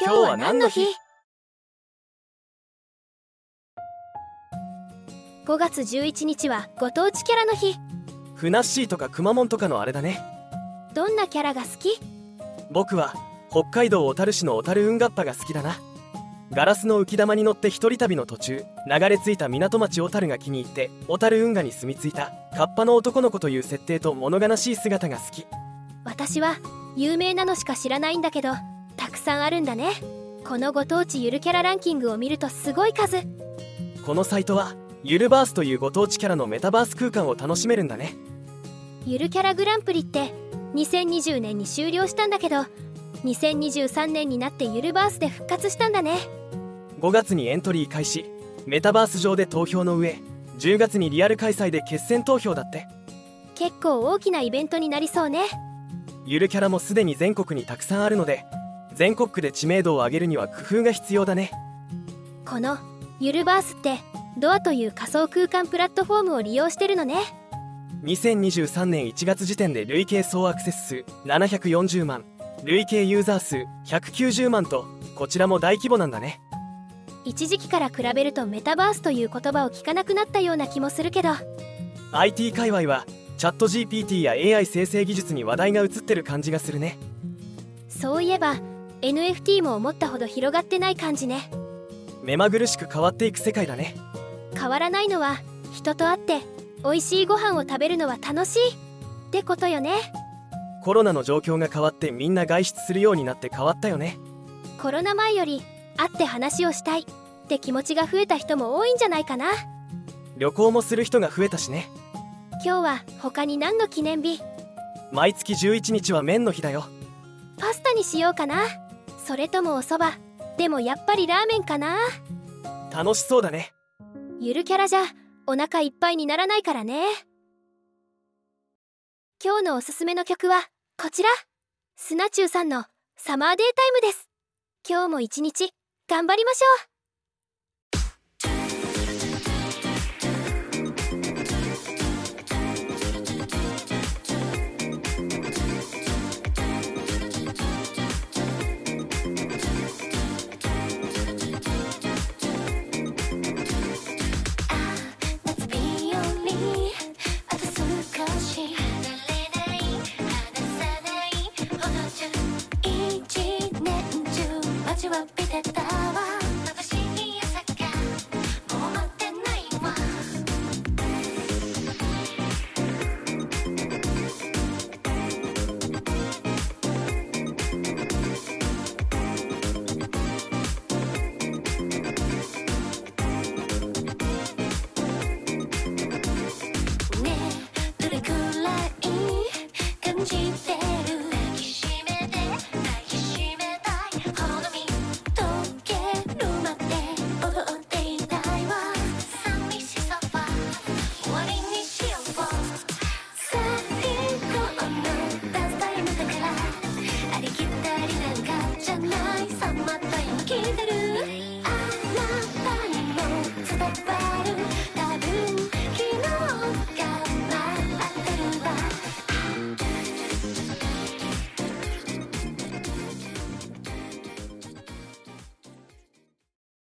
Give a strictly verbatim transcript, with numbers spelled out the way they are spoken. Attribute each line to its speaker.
Speaker 1: 今日は何の日？
Speaker 2: ご 月じゅういちにちはご当地キャラの日。
Speaker 1: ふなっしーとかくまモンとかのあれだね。
Speaker 2: どんなキャラが好き？
Speaker 1: 僕は北海道小樽市の小樽運河っぱが好きだな。ガラスの浮き玉に乗って一人旅の途中、流れ着いた港町小樽が気に入って小樽運河に住み着いたカッパの男の子という設定と物悲しい姿が好き。
Speaker 2: 私は有名なのしか知らないんだけど、たくさんあるんだね。このご当地ゆるキャラランキングを見るとすごい数。
Speaker 1: このサイトはゆるバースというご当地キャラのメタバース空間を楽しめるんだね。
Speaker 2: ゆるキャラグランプリってにせんにじゅうねんに終了したんだけど、にせんにじゅうさんねんになってゆるバースで復活したんだね。
Speaker 1: ごがつにエントリー開始、メタバース上で投票の上、じゅうがつにリアル開催で決選投票だって。
Speaker 2: 結構大きなイベントになりそうね。
Speaker 1: ゆるキャラもすでに全国にたくさんあるので、全国区で知名度を上げるには工夫が必要だね。
Speaker 2: このゆるバースってドアという仮想空間プラットフォームを利用してるのね。
Speaker 1: にせんにじゅうさんねんいちがつ時点で累計総アクセス数ななひゃくよんじゅうまん、累計ユーザー数ひゃくきゅうじゅうまんと、こちらも大規模なんだね。
Speaker 2: 一時期から比べるとメタバースという言葉を聞かなくなったような気もするけど、
Speaker 1: アイティー 界隈はチャット ジーピーティー や エーアイ 生成技術に話題が移ってる感じがするね。
Speaker 2: そういえば エヌエフティー も思ったほど広がってない感じね。
Speaker 1: 目まぐるしく変わっていく世界だね。
Speaker 2: 変わらないのは人と会って美味しいご飯を食べるのは楽しいってことよね。
Speaker 1: コロナの状況が変わってみんな外出するようになって変わったよね。
Speaker 2: コロナ前より会って話をしたいって気持ちが増えた人も多いんじゃないかな。
Speaker 1: 旅行もする人が増えたしね。
Speaker 2: 今日は他に何の記念日？
Speaker 1: 毎月じゅういちにちは麺の日だよ。
Speaker 2: パスタにしようかな。それともお蕎麦？でもやっぱりラーメンかな。
Speaker 1: 楽しそうだね。
Speaker 2: ゆるキャラじゃお腹いっぱいにならないからね。今日のおすすめの曲はこちら、スナチューさんのサマーデータイムです。今日も一日頑張りましょう。